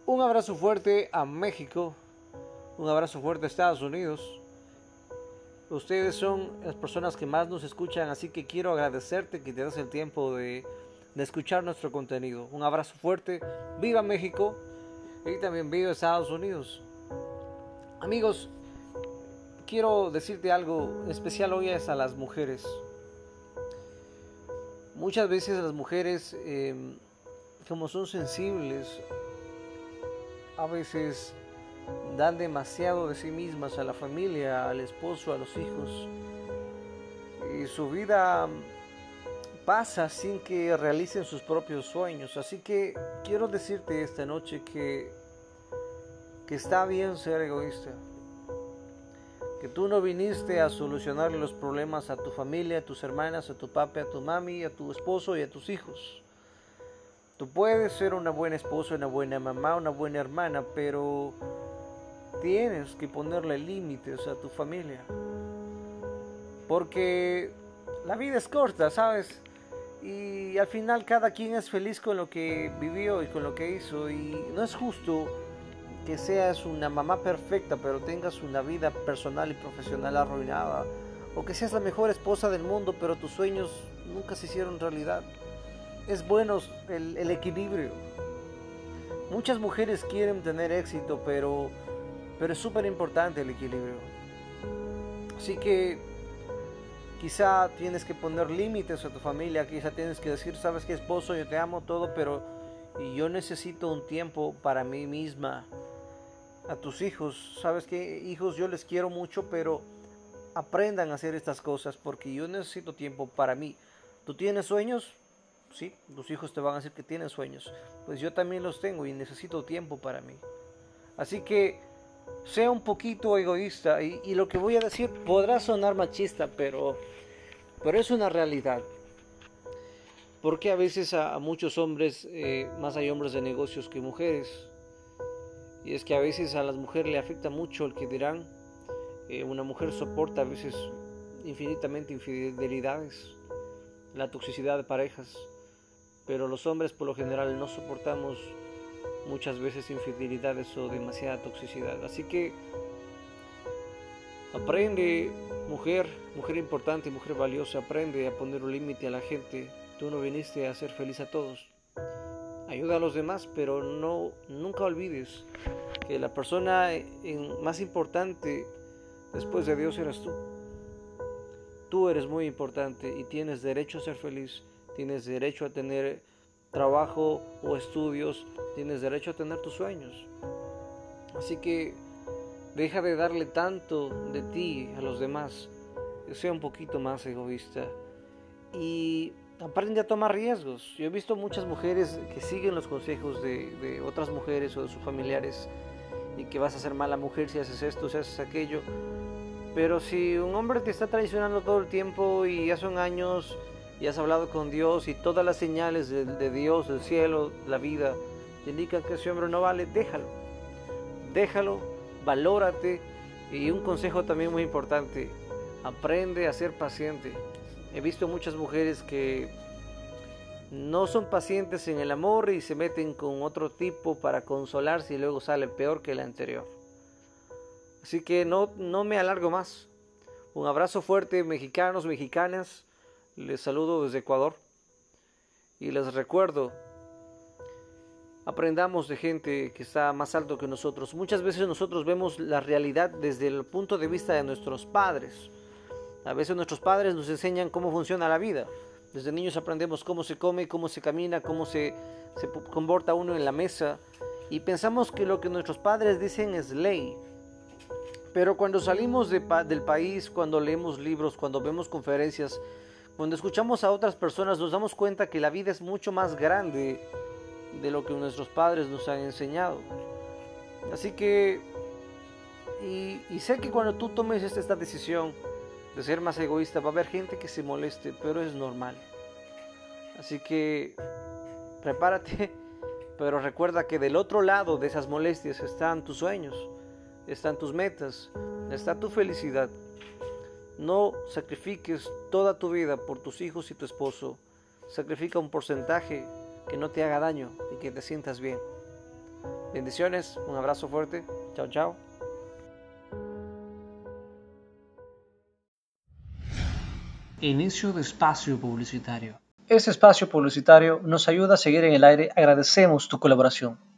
Un abrazo fuerte a México, un abrazo fuerte a Estados Unidos. Ustedes son las personas que más nos escuchan, así que quiero agradecerte que te das el tiempo de escuchar nuestro contenido. Un abrazo fuerte, viva México y también viva Estados Unidos. Amigos, quiero decirte algo especial hoy es a las mujeres. Muchas veces las mujeres, como son sensibles, a veces dan demasiado de sí mismas a la familia, al esposo, a los hijos. Y su vida pasa sin que realicen sus propios sueños. Así que quiero decirte esta noche que está bien ser egoísta. Que tú no viniste a solucionar los problemas a tu familia, a tus hermanas, a tu papi, a tu mami, a tu esposo y a tus hijos. Tú puedes ser una buena esposa, una buena mamá, una buena hermana, pero tienes que ponerle límites a tu familia. Porque la vida es corta, ¿sabes? Y al final cada quien es feliz con lo que vivió y con lo que hizo. Y no es justo que seas una mamá perfecta, pero tengas una vida personal y profesional arruinada. O que seas la mejor esposa del mundo, pero tus sueños nunca se hicieron realidad. Es bueno el equilibrio. Muchas mujeres quieren tener éxito, pero es súper importante el equilibrio. Así que quizá tienes que poner límites a tu familia, quizá tienes que decir, sabes qué, esposo, yo te amo todo, pero yo necesito un tiempo para mí misma. A tus hijos, sabes qué, hijos, yo les quiero mucho, pero aprendan a hacer estas cosas porque yo necesito tiempo para mí. ¿Tú tienes sueños? Sí, tus hijos te van a decir que tienen sueños. Pues yo también los tengo y necesito tiempo para mí. Así que sea un poquito egoísta y lo que voy a decir podrá sonar machista, pero es una realidad. Porque a veces a muchos hombres, más hay hombres de negocios que mujeres. Y es que a veces a las mujeres le afecta mucho el que dirán. Una mujer soporta a veces infinitamente infidelidades, la toxicidad de parejas. Pero los hombres por lo general no soportamos muchas veces infidelidades o demasiada toxicidad. Así que aprende, mujer importante, mujer valiosa, aprende a poner un límite a la gente. Tú no viniste a hacer feliz a todos. Ayuda a los demás, pero nunca olvides que la persona más importante después de Dios eres tú. Tú eres muy importante y tienes derecho a ser feliz. Tienes derecho a tener trabajo o estudios. Tienes derecho a tener tus sueños. Así que deja de darle tanto de ti a los demás. Sea un poquito más egoísta. Y aprende a tomar riesgos. Yo he visto muchas mujeres que siguen los consejos de otras mujeres o de sus familiares. Y que vas a ser mala mujer si haces esto, si haces aquello. Pero si un hombre te está traicionando todo el tiempo y ya son años y has hablado con Dios y todas las señales de Dios, del cielo, la vida, te indican que ese hombre no vale, déjalo, valórate. Y un consejo también muy importante, aprende a ser paciente. He visto muchas mujeres que no son pacientes en el amor y se meten con otro tipo para consolarse y luego sale peor que la anterior. Así que no me alargo más. Un abrazo fuerte, mexicanos, mexicanas. Les saludo desde Ecuador. Y les recuerdo, aprendamos de gente que está más alto que nosotros. Muchas veces nosotros vemos la realidad desde el punto de vista de nuestros padres. A veces nuestros padres nos enseñan cómo funciona la vida. Desde niños aprendemos cómo se come, cómo se camina, cómo se comporta uno en la mesa. Y pensamos que lo que nuestros padres dicen es ley. Pero cuando salimos del país, cuando leemos libros, cuando vemos conferencias, cuando escuchamos a otras personas, nos damos cuenta que la vida es mucho más grande de lo que nuestros padres nos han enseñado. Así que, y sé que cuando tú tomes esta decisión de ser más egoísta, va a haber gente que se moleste, pero es normal. Así que, prepárate, pero recuerda que del otro lado de esas molestias están tus sueños. Están tus metas, está tu felicidad. No sacrifiques toda tu vida por tus hijos y tu esposo. Sacrifica un porcentaje que no te haga daño y que te sientas bien. Bendiciones, un abrazo fuerte. Chao, chao. Inicio de espacio publicitario. Este espacio publicitario nos ayuda a seguir en el aire. Agradecemos tu colaboración.